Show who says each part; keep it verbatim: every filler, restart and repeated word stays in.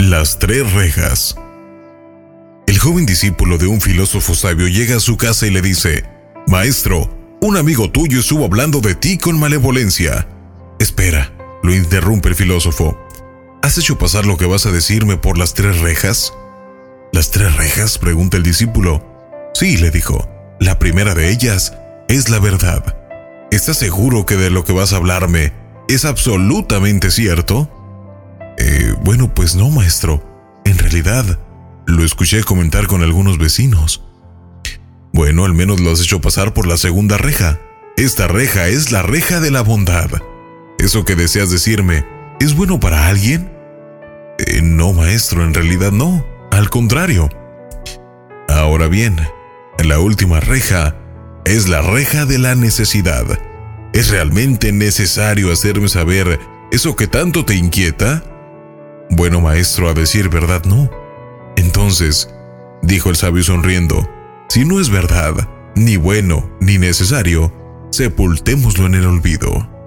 Speaker 1: Las tres rejas. El joven discípulo de un filósofo sabio llega a su casa y le dice: «Maestro, un amigo tuyo estuvo hablando de ti con malevolencia». «Espera», lo interrumpe el filósofo. «¿Has hecho pasar lo que vas a decirme por las tres rejas?» «¿Las tres rejas?», pregunta el discípulo. «Sí», le dijo. «La primera de ellas es la verdad. ¿Estás seguro que de lo que vas a hablarme es absolutamente cierto?» Eh, bueno, pues no, maestro. En realidad, lo escuché comentar con algunos vecinos. «Bueno, al menos lo has hecho pasar por la segunda reja. Esta reja es la reja de la bondad. ¿Eso que deseas decirme es bueno para alguien?» Eh, no, maestro, en realidad no. Al contrario. «Ahora bien, la última reja es la reja de la necesidad. ¿Es realmente necesario hacerme saber eso que tanto te inquieta?» «Bueno, maestro, a decir verdad, no». «Entonces», dijo el sabio sonriendo, «si no es verdad, ni bueno, ni necesario, sepultémoslo en el olvido».